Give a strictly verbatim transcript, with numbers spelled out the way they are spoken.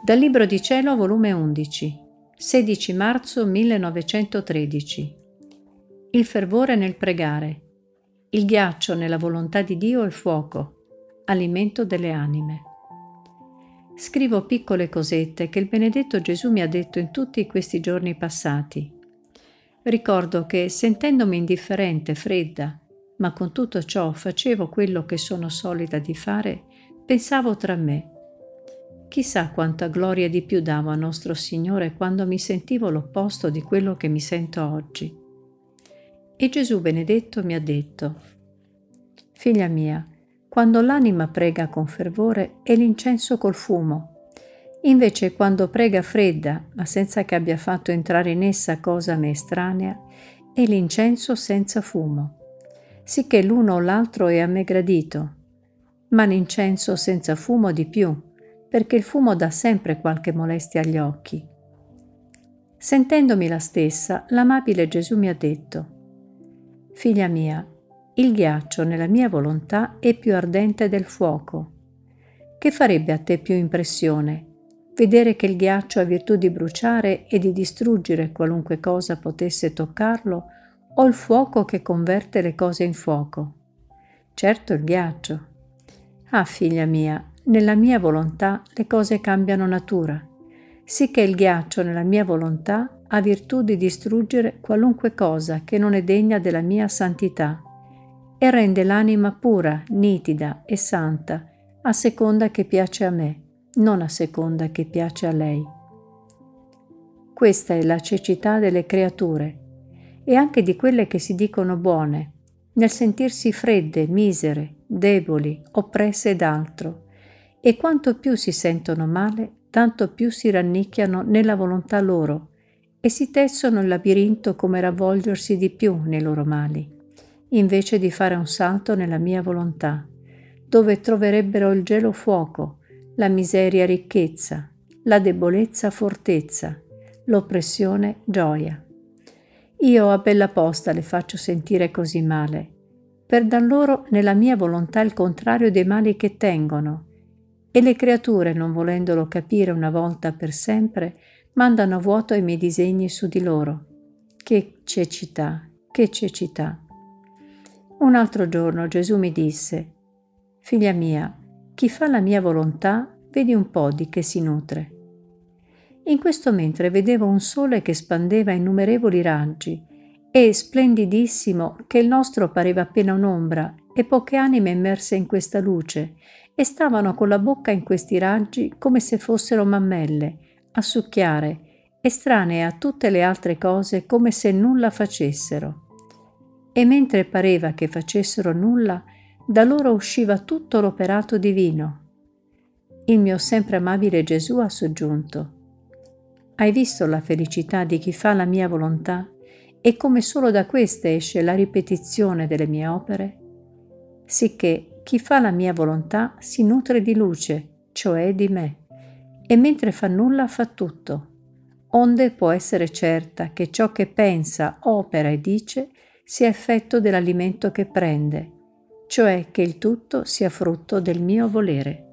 Dal Libro di Cielo, volume undici, sedici marzo millenovecentotredici. Il fervore nel pregare, il ghiaccio nella volontà di Dio e il fuoco, alimento delle anime. Scrivo piccole cosette che il benedetto Gesù mi ha detto in tutti questi giorni passati. Ricordo che, sentendomi indifferente, fredda, ma con tutto ciò facevo quello che sono solita di fare, pensavo tra me: chissà quanta gloria di più davo a nostro Signore quando mi sentivo l'opposto di quello che mi sento oggi. E Gesù benedetto mi ha detto: figlia mia, quando l'anima prega con fervore è l'incenso col fumo, invece quando prega fredda, ma senza che abbia fatto entrare in essa cosa a me estranea, è l'incenso senza fumo, sicché l'uno o l'altro è a me gradito, ma l'incenso senza fumo di più, perché il fumo dà sempre qualche molestia agli occhi. Sentendomi la stessa, l'amabile Gesù mi ha detto: figlia mia, il ghiaccio nella mia volontà è più ardente del fuoco. Che farebbe a te più impressione? Vedere che il ghiaccio ha virtù di bruciare e di distruggere qualunque cosa potesse toccarlo, o il fuoco che converte le cose in fuoco? Certo il ghiaccio. Ah, figlia mia, nella mia volontà le cose cambiano natura, sicché il ghiaccio nella mia volontà ha virtù di distruggere qualunque cosa che non è degna della mia santità e rende l'anima pura, nitida e santa, a seconda che piace a me, non a seconda che piace a lei. Questa è la cecità delle creature e anche di quelle che si dicono buone, nel sentirsi fredde, misere, deboli, oppresse d'altro, e quanto più si sentono male, tanto più si rannicchiano nella volontà loro e si tessono il labirinto come ravvolgersi di più nei loro mali, invece di fare un salto nella mia volontà, dove troverebbero il gelo fuoco, la miseria ricchezza, la debolezza fortezza, l'oppressione gioia. Io a bella posta le faccio sentire così male, per dar loro nella mia volontà il contrario dei mali che tengono, e le creature, non volendolo capire una volta per sempre, mandano a vuoto i miei disegni su di loro. Che cecità, che cecità! Un altro giorno Gesù mi disse: figlia mia, chi fa la mia volontà, vedi un po' di che si nutre. In questo mentre vedevo un sole che spandeva innumerevoli raggi e splendidissimo, che il nostro pareva appena un'ombra, e poche anime immerse in questa luce, e stavano con la bocca in questi raggi come se fossero mammelle, a succhiare, estranee a tutte le altre cose come se nulla facessero. E mentre pareva che facessero nulla, da loro usciva tutto l'operato divino. Il mio sempre amabile Gesù ha soggiunto: hai visto la felicità di chi fa la mia volontà e come solo da queste esce la ripetizione delle mie opere? Sicché chi fa la mia volontà si nutre di luce, cioè di me, e mentre fa nulla fa tutto, onde può essere certa che ciò che pensa, opera e dice sia effetto dell'alimento che prende, cioè che il tutto sia frutto del mio volere.